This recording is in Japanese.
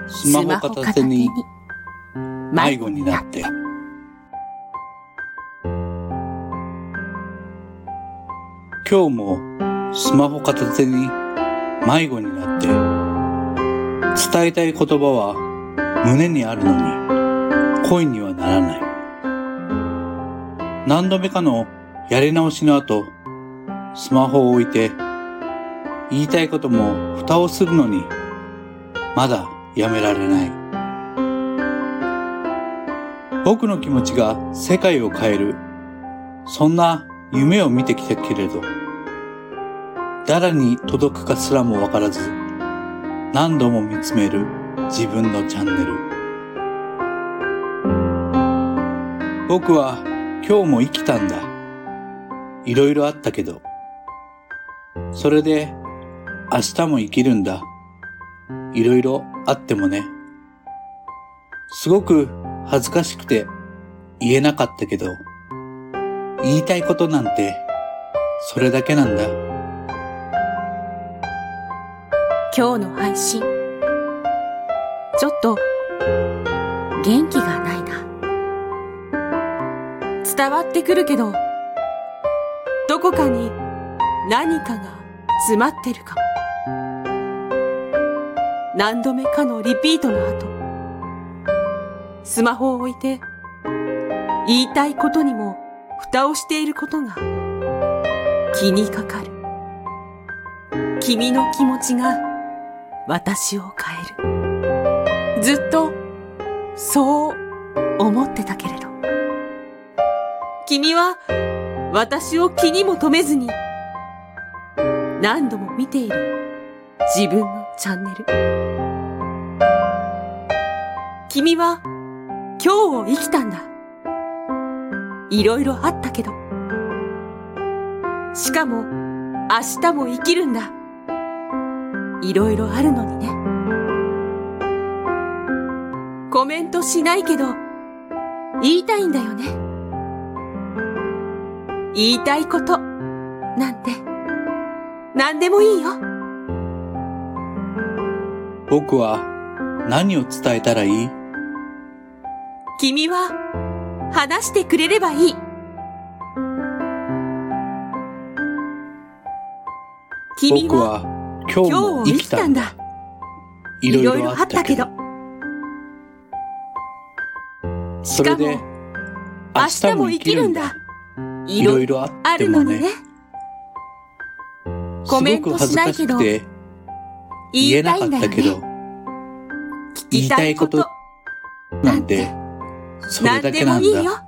スマホ片手に迷子になって。今日もスマホ片手に迷子になって、伝えたい言葉は胸にあるのに声にはならない。何度目かのやり直しの後、スマホを置いて言いたいことも蓋をするのにまだやめられない。僕の気持ちが世界を変える、そんな夢を見てきたけれど、誰に届くかすらもわからず、何度も見つめる自分のチャンネル。僕は今日も生きたんだ。いろいろあったけど、それで明日も生きるんだ。いろいろあってもね。すごく恥ずかしくて言えなかったけど、言いたいことなんてそれだけなんだ。 今日の配信、ちょっと元気がないな。伝わってくるけど、どこかに何かが詰まってるかも。何度目かのリピートの後、スマホを置いて言いたいことにも蓋をしていることが気にかかる。君の気持ちが私を変える。ずっとそう思ってたけれど、君は私を気にも留めずに何度も見ている自分のチャンネル。君は今日を生きたんだ。いろいろあったけど、しかも明日も生きるんだ。いろいろあるのにね。コメントしないけど言いたいんだよね。言いたいことなんて何でもいいよ。 僕は何を伝えたらいい？ 君は話してくれればいい。君僕は今日も生きたんだ。いろいろあったけど、 しかも明日も生きるんだ。いろいろあるのにね。コメントしないけど言えなかったけど、聞きたいことなんてそれだけなんだ。何でもいいよ。